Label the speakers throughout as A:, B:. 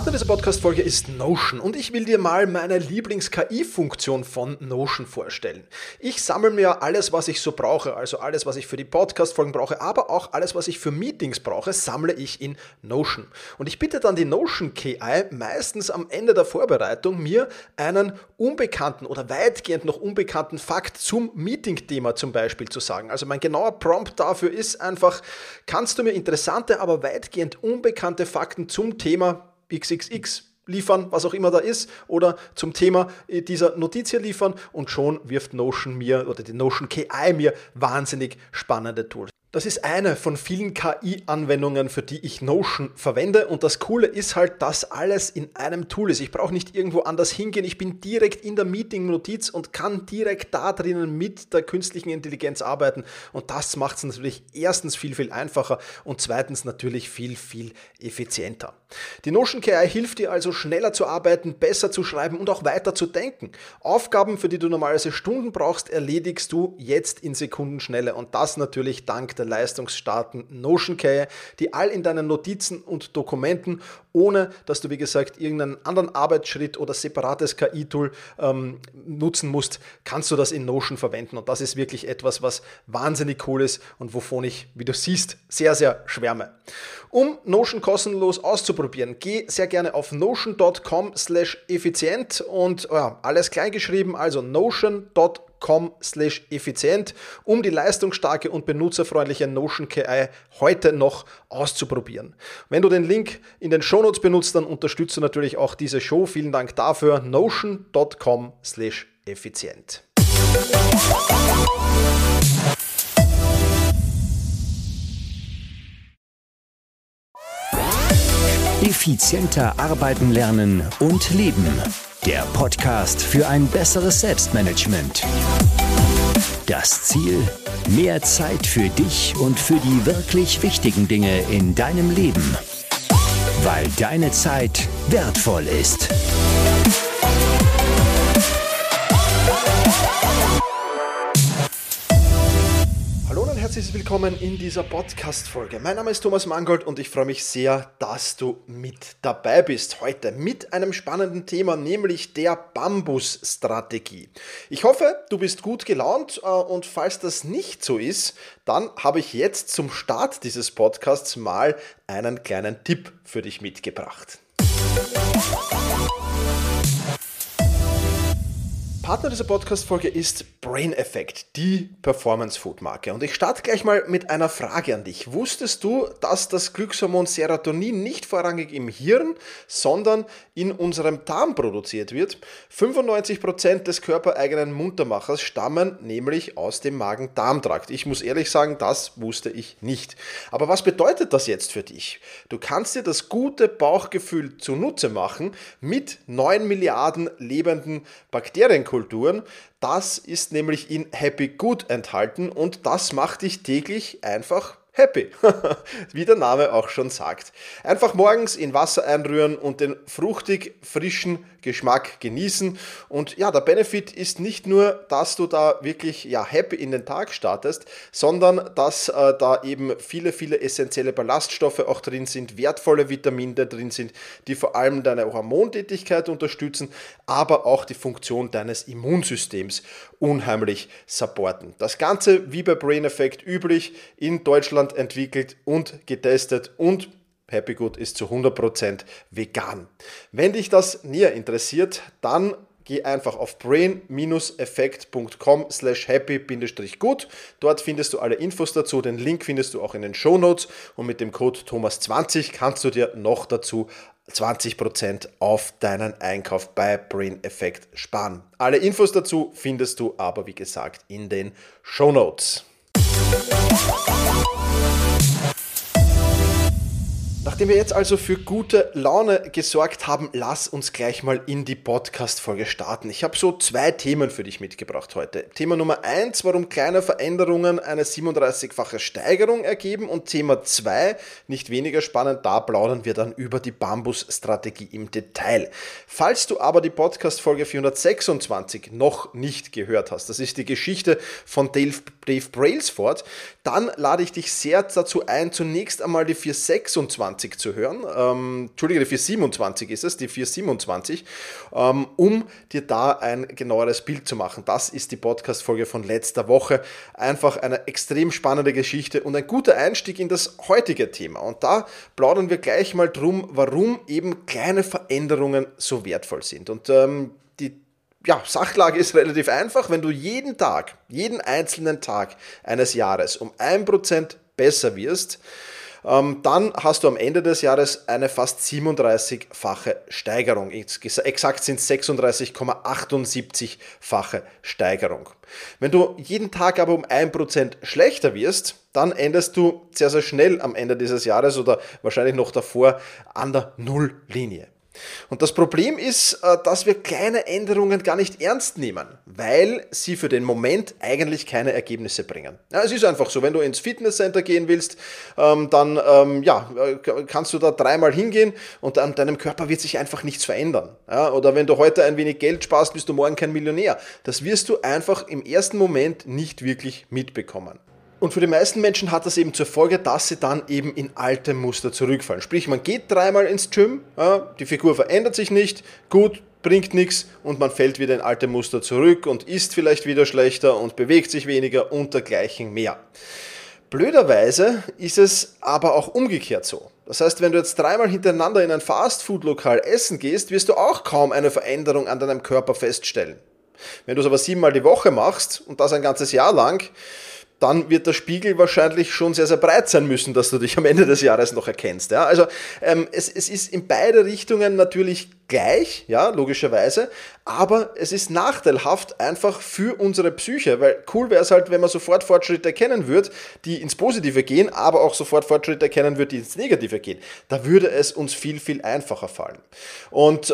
A: Partner dieser Podcast-Folge ist Notion und ich will dir mal meine Lieblings-KI-Funktion von Notion vorstellen. Ich sammle mir alles, was ich so brauche, also alles, was ich für die Podcast-Folgen brauche, aber auch alles, was ich für Meetings brauche, sammle ich in Notion. Und ich bitte dann die Notion KI meistens am Ende der Vorbereitung, mir einen unbekannten oder weitgehend noch unbekannten Fakt zum Meeting-Thema zum Beispiel zu sagen. Also mein genauer Prompt dafür ist einfach, kannst du mir interessante, aber weitgehend unbekannte Fakten zum Thema XXX liefern, was auch immer da ist, oder zum Thema dieser Notiz hier liefern, und schon wirft Notion mir oder die Notion KI mir wahnsinnig spannende Tools. Das ist eine von vielen KI-Anwendungen, für die ich Notion verwende, und das Coole ist halt, dass alles in einem Tool ist. Ich brauche nicht irgendwo anders hingehen, ich bin direkt in der Meeting-Notiz und kann direkt da drinnen mit der künstlichen Intelligenz arbeiten, und das macht es natürlich erstens viel, viel einfacher und zweitens natürlich viel, viel effizienter. Die Notion KI hilft dir also schneller zu arbeiten, besser zu schreiben und auch weiter zu denken. Aufgaben, für die du normalerweise Stunden brauchst, erledigst du jetzt in Sekundenschnelle, und das natürlich dank der leistungsstarken Notion KI, die all in deinen Notizen und Dokumenten, ohne dass du, wie gesagt, irgendeinen anderen Arbeitsschritt oder separates KI-Tool nutzen musst, kannst du das in Notion verwenden, und das ist wirklich etwas, was wahnsinnig cool ist und wovon ich, wie du siehst, sehr, sehr schwärme. Um Notion kostenlos auszuprobieren, geh sehr gerne auf notion.com/effizient und alles klein geschrieben, also notion.com/effizient, um die leistungsstarke und benutzerfreundliche Notion KI heute noch auszuprobieren. Wenn du den Link in den Shownotes benutzt, dann unterstützt du natürlich auch diese Show. Vielen Dank dafür. notion.com/effizient.
B: Effizienter arbeiten, lernen und leben. Der Podcast für ein besseres Selbstmanagement. Das Ziel: mehr Zeit für dich und für die wirklich wichtigen Dinge in deinem Leben. Weil deine Zeit wertvoll ist.
A: Herzlich willkommen in dieser Podcast-Folge. Mein Name ist Thomas Mangold und ich freue mich sehr, dass du mit dabei bist. Heute mit einem spannenden Thema, nämlich der Bambus-Strategie. Ich hoffe, du bist gut gelaunt, und falls das nicht so ist, dann habe ich jetzt zum Start dieses Podcasts mal einen kleinen Tipp für dich mitgebracht. Partner dieser Podcast-Folge ist Brain Effect, die Performance-Food-Marke. Und ich starte gleich mal mit einer Frage an dich. Wusstest du, dass das Glückshormon Serotonin nicht vorrangig im Hirn, sondern in unserem Darm produziert wird? 95% des körpereigenen Muntermachers stammen nämlich aus dem Magen-Darm-Trakt. Ich muss ehrlich sagen, das wusste ich nicht. Aber was bedeutet das jetzt für dich? Du kannst dir das gute Bauchgefühl zunutze machen mit 9 Milliarden lebenden Bakterienkulturen. Das ist nämlich in Happy Good enthalten, und das macht dich täglich einfach happy, wie der Name auch schon sagt. Einfach morgens in Wasser einrühren und den fruchtig frischen Geschmack genießen. Und ja, der Benefit ist nicht nur, dass du da wirklich happy in den Tag startest, sondern dass da eben viele, viele essentielle Ballaststoffe auch drin sind, wertvolle Vitamine drin sind, die vor allem deine Hormontätigkeit unterstützen, aber auch die Funktion deines Immunsystems unheimlich supporten. Das Ganze, wie bei Brain Effect üblich, in Deutschland entwickelt und getestet, und Happy Good ist zu 100% vegan. Wenn dich das näher interessiert, dann geh einfach auf brain-effekt.com/happy-good. Dort findest du alle Infos dazu. Den Link findest du auch in den Shownotes, und mit dem Code Thomas20 kannst du dir noch dazu 20% auf deinen Einkauf bei Brain Effect sparen. Alle Infos dazu findest du aber, wie gesagt, in den Shownotes. Nachdem wir jetzt also für gute Laune gesorgt haben, lass uns gleich mal in die Podcast-Folge starten. Ich habe so 2 Themen für dich mitgebracht heute. Thema Nummer 1, warum kleine Veränderungen eine 37-fache Steigerung ergeben, und Thema 2, nicht weniger spannend, da plaudern wir dann über die Bambus-Strategie im Detail. Falls du aber die Podcast-Folge 426 noch nicht gehört hast, das ist die Geschichte von Dave Brailsford, dann lade ich dich sehr dazu ein, zunächst einmal die 426 426 zu hören. Entschuldige, die 427 ist es, die 427, um dir da ein genaueres Bild zu machen. Das ist die Podcast-Folge von letzter Woche. Einfach eine extrem spannende Geschichte und ein guter Einstieg in das heutige Thema. Und da plaudern wir gleich mal drum, warum eben kleine Veränderungen so wertvoll sind. Und die Sachlage ist relativ einfach. Wenn du jeden einzelnen Tag eines Jahres um 1% besser wirst, dann hast du am Ende des Jahres eine fast 37-fache Steigerung. Exakt sind es 36,78-fache Steigerung. Wenn du jeden Tag aber um 1% schlechter wirst, dann endest du sehr, sehr schnell am Ende dieses Jahres oder wahrscheinlich noch davor an der Nulllinie. Und das Problem ist, dass wir kleine Änderungen gar nicht ernst nehmen, weil sie für den Moment eigentlich keine Ergebnisse bringen. Ja, es ist einfach so, wenn du ins Fitnesscenter gehen willst, dann kannst du da 3-mal hingehen und an deinem Körper wird sich einfach nichts verändern. Ja, oder wenn du heute ein wenig Geld sparst, bist du morgen kein Millionär. Das wirst du einfach im ersten Moment nicht wirklich mitbekommen. Und für die meisten Menschen hat das eben zur Folge, dass sie dann eben in alte Muster zurückfallen. Sprich, man geht 3-mal ins Gym, die Figur verändert sich nicht, gut, bringt nichts und man fällt wieder in alte Muster zurück und isst vielleicht wieder schlechter und bewegt sich weniger und dergleichen mehr. Blöderweise ist es aber auch umgekehrt so. Das heißt, wenn du jetzt 3-mal hintereinander in ein Fastfood-Lokal essen gehst, wirst du auch kaum eine Veränderung an deinem Körper feststellen. Wenn du es aber 7-mal die Woche machst und das ein ganzes Jahr lang, dann wird der Spiegel wahrscheinlich schon sehr, sehr breit sein müssen, dass du dich am Ende des Jahres noch erkennst. Ja? Also es ist in beide Richtungen natürlich gleich, ja, logischerweise, aber es ist nachteilhaft einfach für unsere Psyche, weil cool wäre es halt, wenn man sofort Fortschritte erkennen würde, die ins Positive gehen, aber auch sofort Fortschritte erkennen würde, die ins Negative gehen. Da würde es uns viel, viel einfacher fallen. Und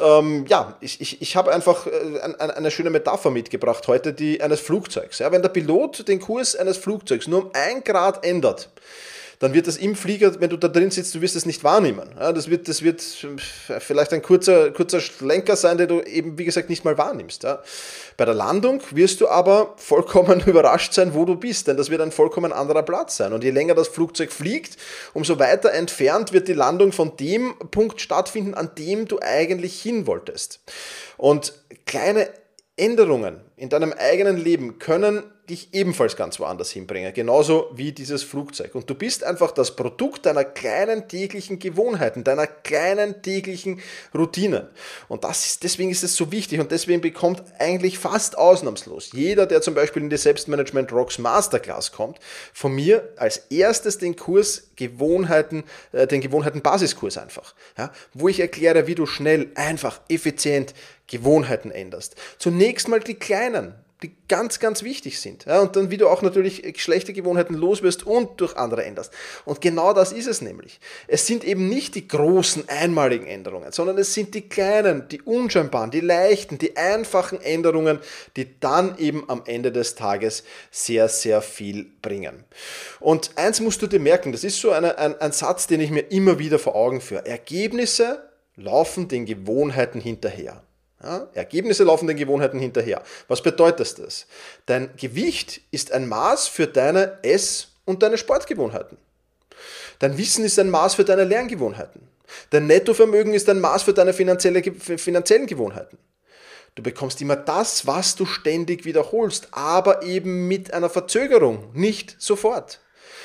A: ich habe einfach eine schöne Metapher mitgebracht heute, die eines Flugzeugs. Ja, wenn der Pilot den Kurs eines Flugzeugs nur um 1 Grad ändert, dann wird das im Flieger, wenn du da drin sitzt, du wirst es nicht wahrnehmen. Ja, das wird vielleicht ein kurzer Schlenker sein, den du eben, wie gesagt, nicht mal wahrnimmst. Ja. Bei der Landung wirst du aber vollkommen überrascht sein, wo du bist, denn das wird ein vollkommen anderer Platz sein. Und je länger das Flugzeug fliegt, umso weiter entfernt wird die Landung von dem Punkt stattfinden, an dem du eigentlich hin wolltest. Und kleine Änderungen in deinem eigenen Leben können dich ebenfalls ganz woanders hinbringen, genauso wie dieses Flugzeug. Und du bist einfach das Produkt deiner kleinen täglichen Gewohnheiten, deiner kleinen täglichen Routinen. Und deswegen ist es so wichtig und deswegen bekommt eigentlich fast ausnahmslos jeder, der zum Beispiel in die Selbstmanagement Rocks Masterclass kommt, von mir als erstes den Kurs den Gewohnheiten-Basiskurs einfach, ja, wo ich erkläre, wie du schnell, einfach, effizient Gewohnheiten änderst. Zunächst mal die kleinen, die ganz, ganz wichtig sind. Ja, und dann, wie du auch natürlich schlechte Gewohnheiten loswirst und durch andere änderst. Und genau das ist es nämlich. Es sind eben nicht die großen, einmaligen Änderungen, sondern es sind die kleinen, die unscheinbaren, die leichten, die einfachen Änderungen, die dann eben am Ende des Tages sehr, sehr viel bringen. Und eins musst du dir merken, das ist so ein Satz, den ich mir immer wieder vor Augen führe. Ergebnisse laufen den Gewohnheiten hinterher. Ja, Ergebnisse laufen den Gewohnheiten hinterher. Was bedeutet das? Dein Gewicht ist ein Maß für deine Ess- und deine Sportgewohnheiten. Dein Wissen ist ein Maß für deine Lerngewohnheiten. Dein Nettovermögen ist ein Maß für deine finanziellen Gewohnheiten. Du bekommst immer das, was du ständig wiederholst, aber eben mit einer Verzögerung, nicht sofort.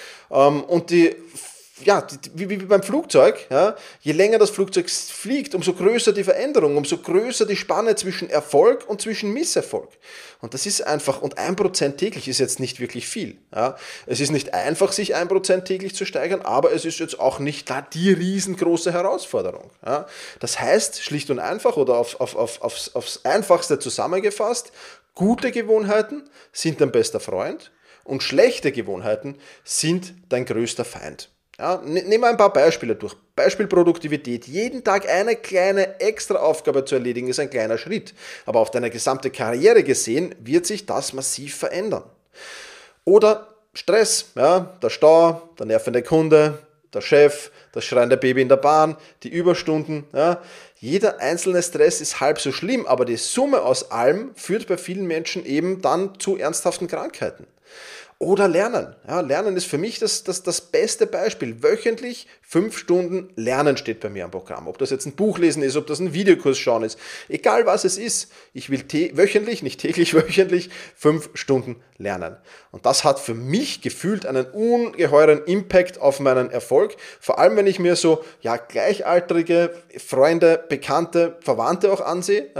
A: Und wie beim Flugzeug, ja, je länger das Flugzeug fliegt, umso größer die Veränderung, umso größer die Spanne zwischen Erfolg und zwischen Misserfolg. Und das ist einfach, und 1% täglich ist jetzt nicht wirklich viel. Ja. Es ist nicht einfach, sich 1% täglich zu steigern, aber es ist jetzt auch nicht die riesengroße Herausforderung. Ja. Das heißt, schlicht und einfach oder aufs Einfachste zusammengefasst, gute Gewohnheiten sind dein bester Freund und schlechte Gewohnheiten sind dein größter Feind. Ja, nehmen wir ein paar Beispiele durch. Beispiel Produktivität. Jeden Tag eine kleine Extraaufgabe zu erledigen, ist ein kleiner Schritt. Aber auf deine gesamte Karriere gesehen, wird sich das massiv verändern. Oder Stress. Ja, der Stau, der nervende Kunde, der Chef, das schreiende Baby in der Bahn, die Überstunden. Ja. Jeder einzelne Stress ist halb so schlimm, aber die Summe aus allem führt bei vielen Menschen eben dann zu ernsthaften Krankheiten. Oder Lernen. Ja, Lernen ist für mich das beste Beispiel. Wöchentlich 5 Stunden Lernen steht bei mir am Programm. Ob das jetzt ein Buch lesen ist, ob das ein Videokurs schauen ist, egal was es ist. Ich will wöchentlich, nicht täglich, wöchentlich 5 Stunden lernen. Und das hat für mich gefühlt einen ungeheuren Impact auf meinen Erfolg. Vor allem, wenn ich mir so gleichaltrige Freunde, Bekannte, Verwandte auch ansehe,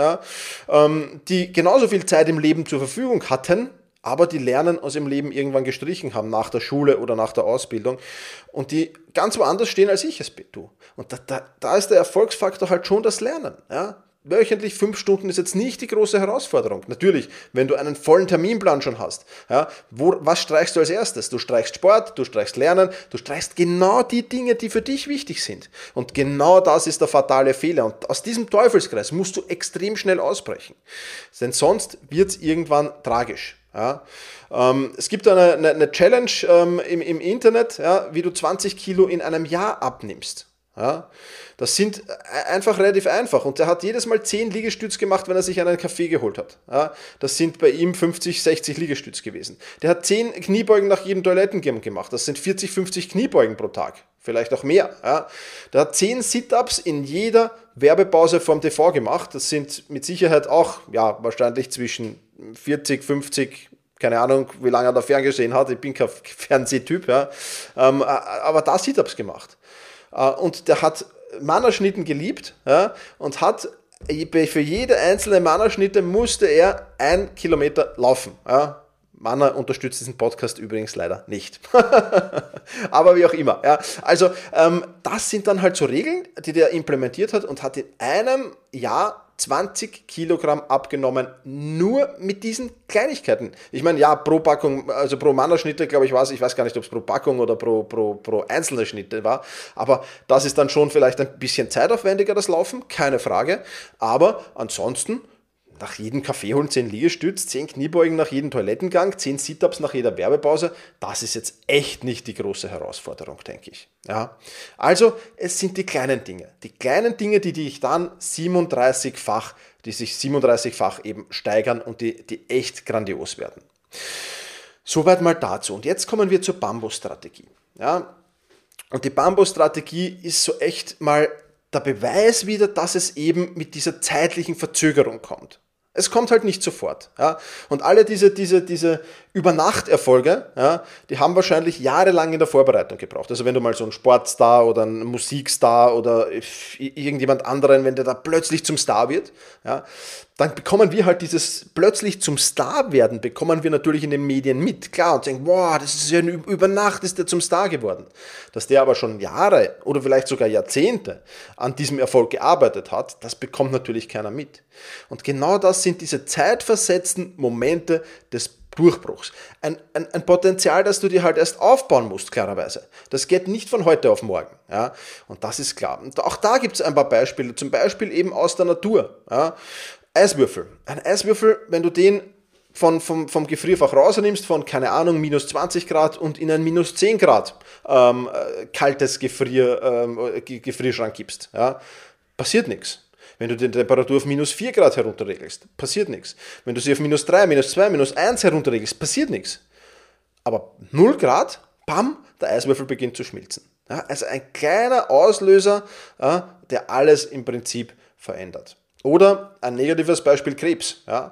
A: die genauso viel Zeit im Leben zur Verfügung hatten, aber die Lernen aus ihrem Leben irgendwann gestrichen haben, nach der Schule oder nach der Ausbildung und die ganz woanders stehen, als ich es tue. Und da ist der Erfolgsfaktor halt schon das Lernen. Ja? Wöchentlich 5 Stunden ist jetzt nicht die große Herausforderung. Natürlich, wenn du einen vollen Terminplan schon hast, was streichst du als erstes? Du streichst Sport, du streichst Lernen, du streichst genau die Dinge, die für dich wichtig sind. Und genau das ist der fatale Fehler. Und aus diesem Teufelskreis musst du extrem schnell ausbrechen. Denn sonst wird es irgendwann tragisch. Ja, es gibt eine Challenge im Internet, wie du 20 Kilo in einem Jahr abnimmst. Ja, das sind einfach relativ einfach. Und der hat jedes Mal 10 Liegestütz gemacht, wenn er sich einen Kaffee geholt hat. Ja, das sind bei ihm 50, 60 Liegestütz gewesen. Der hat 10 Kniebeugen nach jedem Toilettengang gemacht. Das sind 40, 50 Kniebeugen pro Tag. Vielleicht auch mehr. Ja. Der hat 10 Sit-Ups in jeder Werbepause vom TV gemacht. Das sind mit Sicherheit auch wahrscheinlich zwischen 40, 50, keine Ahnung, wie lange er da ferngesehen hat. Ich bin kein Fernsehtyp. Ja. Aber da Sit-Ups gemacht. Und der hat Mannerschnitten geliebt, und hat für jede einzelne Mannerschnitte musste er 1 Kilometer laufen. Ja. Manner unterstützt diesen Podcast übrigens leider nicht. Aber wie auch immer. Ja. Also das sind dann halt so Regeln, die der implementiert hat und hat in einem Jahr 20 Kilogramm abgenommen, nur mit diesen Kleinigkeiten. Ich meine, pro Packung, also pro Mannerschnitte, glaube ich, ich weiß gar nicht, ob es pro Packung oder pro einzelne Schnitte war, aber das ist dann schon vielleicht ein bisschen zeitaufwendiger, das Laufen, keine Frage, aber ansonsten nach jedem Kaffee holen 10 Liegestütz, 10 Kniebeugen nach jedem Toilettengang, 10 Sit-Ups nach jeder Werbepause. Das ist jetzt echt nicht die große Herausforderung, denke ich. Ja. Also, es sind die kleinen Dinge. Die kleinen Dinge, die ich dann 37-fach eben steigern und die echt grandios werden. Soweit mal dazu. Und jetzt kommen wir zur Bambus-Strategie. Ja. Und die Bambus-Strategie ist so echt mal der Beweis wieder, dass es eben mit dieser zeitlichen Verzögerung kommt. Es kommt halt nicht sofort. Ja. Und alle diese Übernachterfolge, die haben wahrscheinlich jahrelang in der Vorbereitung gebraucht. Also wenn du mal so einen Sportstar oder einen Musikstar oder irgendjemand anderen, wenn der da plötzlich zum Star wird, dann bekommen wir halt dieses plötzlich zum Star werden, bekommen wir natürlich in den Medien mit. Klar, und denken, wow, das ist ja über Nacht ist der zum Star geworden. Dass der aber schon Jahre oder vielleicht sogar Jahrzehnte an diesem Erfolg gearbeitet hat, das bekommt natürlich keiner mit. Und genau das sind diese zeitversetzten Momente des Durchbruchs. Ein Potenzial, das du dir halt erst aufbauen musst, klarerweise. Das geht nicht von heute auf morgen. Ja? Und das ist klar. Und auch da gibt es ein paar Beispiele, zum Beispiel eben aus der Natur. Ja? Eiswürfel. Ein Eiswürfel, wenn du den vom Gefrierfach rausnimmst, von, keine Ahnung, minus 20 Grad und in ein minus 10 Grad kaltes Gefrierschrank gibst, passiert nichts. Wenn du die Temperatur auf minus 4 Grad herunterregelst, passiert nichts. Wenn du sie auf minus 3, minus 2, minus 1 herunterregelst, passiert nichts. Aber 0 Grad, bam, der Eiswürfel beginnt zu schmilzen. Ja, also ein kleiner Auslöser, der alles im Prinzip verändert. Oder ein negatives Beispiel Krebs. Ja.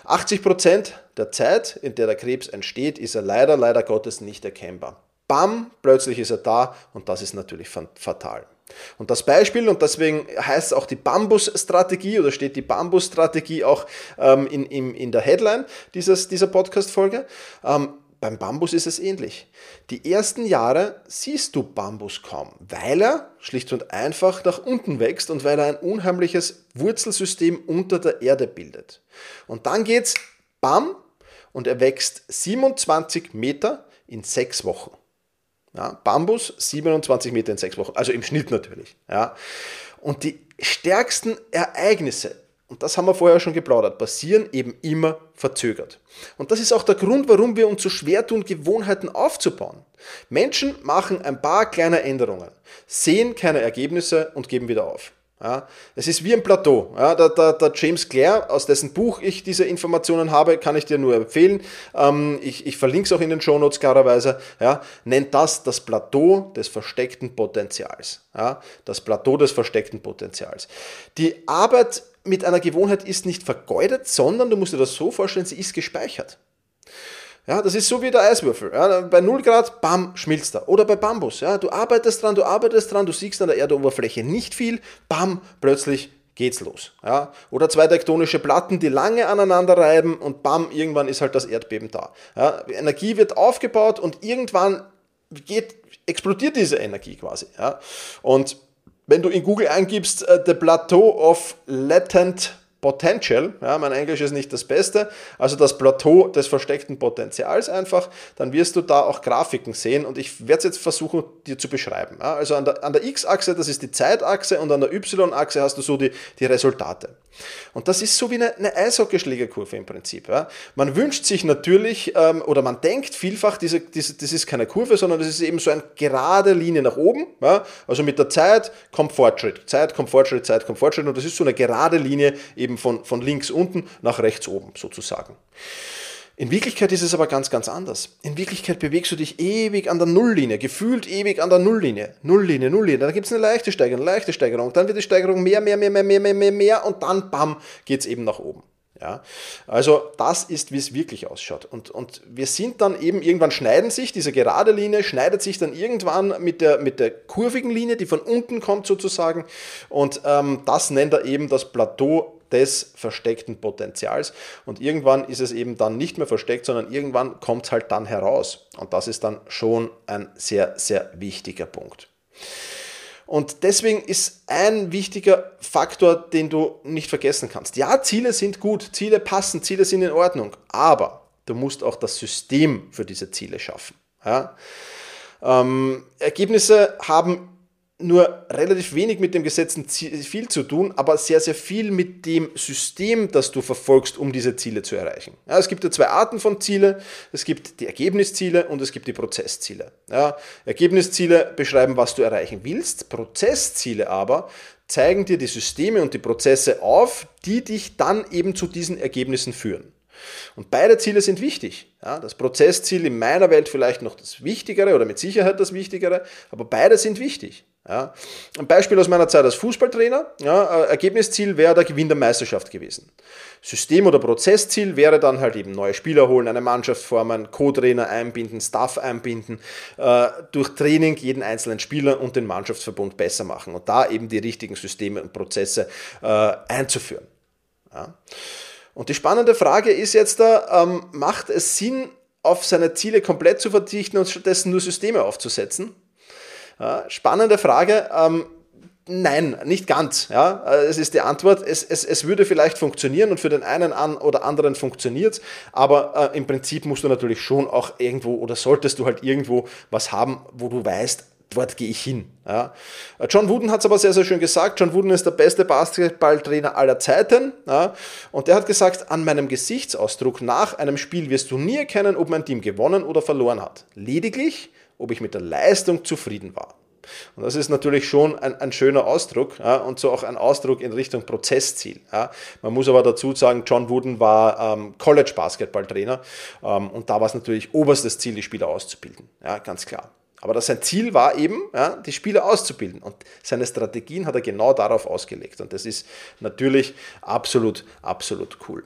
A: 80% der Zeit, in der der Krebs entsteht, ist er leider Gottes nicht erkennbar. Bam, plötzlich ist er da und das ist natürlich fatal. Und das Beispiel, und deswegen heißt es auch die Bambus-Strategie oder steht die Bambus-Strategie auch in der Headline dieser Podcast-Folge. Beim Bambus ist es ähnlich. Die ersten Jahre siehst du Bambus kaum, weil er schlicht und einfach nach unten wächst und weil er ein unheimliches Wurzelsystem unter der Erde bildet. Und dann geht's bam und er wächst 27 Meter in 6 Wochen. Ja, Bambus 27 Meter in 6 Wochen, also im Schnitt natürlich. Ja. Und die stärksten Ereignisse, und das haben wir vorher schon geplaudert, passieren eben immer verzögert. Und das ist auch der Grund, warum wir uns so schwer tun, Gewohnheiten aufzubauen. Menschen machen ein paar kleine Änderungen, sehen keine Ergebnisse und geben wieder auf. Ja, es ist wie ein Plateau. Ja, der James Clear, aus dessen Buch ich diese Informationen habe, kann ich dir nur empfehlen. Ich verlinke es auch in den Shownotes klarerweise. Ja, nennt das Plateau des versteckten Potenzials. Ja, das Plateau des versteckten Potenzials. Die Arbeit mit einer Gewohnheit ist nicht vergeudet, sondern du musst dir das so vorstellen, sie ist gespeichert. Ja, das ist so wie der Eiswürfel. Ja, bei 0 Grad, bam, schmilzt er. Oder bei Bambus. Ja, du arbeitest dran, du siehst an der Erdoberfläche nicht viel, bam, plötzlich geht's los. Ja, oder 2 tektonische Platten, die lange aneinander reiben und bam, irgendwann ist halt das Erdbeben da. Ja, Energie wird aufgebaut und irgendwann explodiert diese Energie quasi. Ja, und wenn du in Google eingibst, the Plateau of Latent Potential, ja, mein Englisch ist nicht das Beste, also das Plateau des versteckten Potenzials einfach, dann wirst du da auch Grafiken sehen und ich werde es jetzt versuchen, dir zu beschreiben. Ja, also an der X-Achse, das ist die Zeitachse und an der Y-Achse hast du so die Resultate. Und das ist so wie eine Eishockeyschlägerkurve im Prinzip. Ja. Man wünscht sich natürlich oder man denkt vielfach, das ist keine Kurve, sondern das ist eben so eine gerade Linie nach oben. Ja. Also mit der Zeit kommt Fortschritt, Zeit kommt Fortschritt und das ist so eine gerade Linie eben von links unten nach rechts oben sozusagen. In Wirklichkeit ist es aber ganz, ganz anders. In Wirklichkeit bewegst du dich ewig an der Nulllinie, gefühlt ewig an der Nulllinie. Nulllinie. Dann gibt es eine leichte Steigerung, dann wird die Steigerung mehr und dann, bam, geht es eben nach oben. Ja, also das ist, wie es wirklich ausschaut. Und wir sind dann eben, irgendwann diese gerade Linie schneidet sich dann irgendwann mit der kurvigen Linie, die von unten kommt sozusagen. Und das nennt er eben das Plateau des versteckten Potenzials. Und irgendwann ist es eben dann nicht mehr versteckt, sondern irgendwann kommt es halt dann heraus. Und das ist dann schon ein sehr, sehr wichtiger Punkt. Und deswegen ist ein wichtiger Faktor, den du nicht vergessen kannst. Ja, Ziele sind gut, Ziele passen, Ziele sind in Ordnung, aber du musst auch das System für diese Ziele schaffen. Ja? Ergebnisse haben nur relativ wenig mit dem gesetzten Ziel viel zu tun, aber sehr, sehr viel mit dem System, das du verfolgst, um diese Ziele zu erreichen. Ja, es gibt ja 2 Arten von Ziele. Es gibt die Ergebnisziele und es gibt die Prozessziele. Ja, Ergebnisziele beschreiben, was du erreichen willst. Prozessziele aber zeigen dir die Systeme und die Prozesse auf, die dich dann eben zu diesen Ergebnissen führen. Und beide Ziele sind wichtig. Ja, das Prozessziel in meiner Welt vielleicht noch das Wichtigere oder mit Sicherheit das Wichtigere, aber beide sind wichtig. Ja, ein Beispiel aus meiner Zeit als Fußballtrainer. Ja, Ergebnisziel wäre der Gewinn der Meisterschaft gewesen. System- oder Prozessziel wäre dann halt eben neue Spieler holen, eine Mannschaft formen, Co-Trainer einbinden, Staff einbinden, durch Training jeden einzelnen Spieler und den Mannschaftsverbund besser machen und da eben die richtigen Systeme und Prozesse einzuführen. Ja. Und die spannende Frage ist jetzt macht es Sinn, auf seine Ziele komplett zu verzichten und stattdessen nur Systeme aufzusetzen? Ja, spannende Frage. Nein, nicht ganz. Ja, es ist die Antwort. Es würde vielleicht funktionieren und für den einen oder anderen funktioniert es, aber im Prinzip musst du natürlich schon auch irgendwo oder solltest du halt irgendwo was haben, wo du weißt, dort gehe ich hin. Ja. John Wooden hat es aber sehr, sehr schön gesagt. John Wooden ist der beste Basketballtrainer aller Zeiten. Ja. Und der hat gesagt, an meinem Gesichtsausdruck nach einem Spiel wirst du nie erkennen, ob mein Team gewonnen oder verloren hat. Lediglich, ob ich mit der Leistung zufrieden war. Und das ist natürlich schon ein schöner Ausdruck, ja, und so auch ein Ausdruck in Richtung Prozessziel. Ja. Man muss aber dazu sagen, John Wooden war College-Basketballtrainer und da war es natürlich oberstes Ziel, die Spieler auszubilden. Ja, ganz klar. Aber sein Ziel war eben, ja, die Spieler auszubilden und seine Strategien hat er genau darauf ausgelegt und das ist natürlich absolut, absolut cool.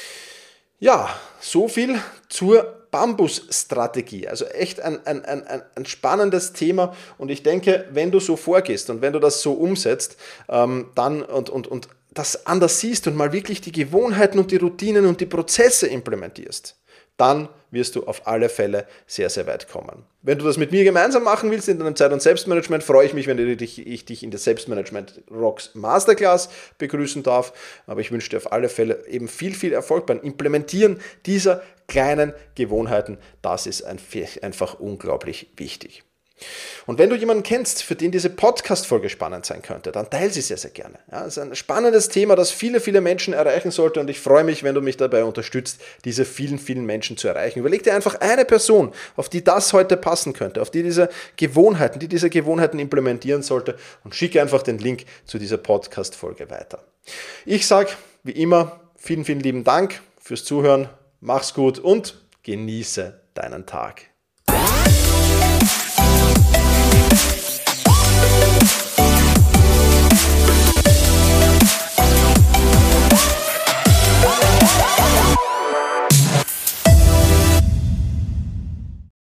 A: Ja, so viel zur Bambus-Strategie. Also echt ein spannendes Thema und ich denke, wenn du so vorgehst und wenn du das so umsetzt, dann und das anders siehst und mal wirklich die Gewohnheiten und die Routinen und die Prozesse implementierst, dann wirst du auf alle Fälle sehr, sehr weit kommen. Wenn du das mit mir gemeinsam machen willst in deinem Zeit- und Selbstmanagement, freue ich mich, wenn ich dich in der Selbstmanagement Rocks Masterclass begrüßen darf. Aber ich wünsche dir auf alle Fälle eben viel, viel Erfolg beim Implementieren dieser kleinen Gewohnheiten. Das ist einfach unglaublich wichtig. Und wenn du jemanden kennst, für den diese Podcast-Folge spannend sein könnte, dann teile sie sehr, sehr gerne. Ja, es ist ein spannendes Thema, das viele, viele Menschen erreichen sollte und ich freue mich, wenn du mich dabei unterstützt, diese vielen, vielen Menschen zu erreichen. Überleg dir einfach eine Person, auf die das heute passen könnte, auf die diese Gewohnheiten implementieren sollte und schicke einfach den Link zu dieser Podcast-Folge weiter. Ich sage, wie immer, vielen, vielen lieben Dank fürs Zuhören, mach's gut und genieße deinen Tag.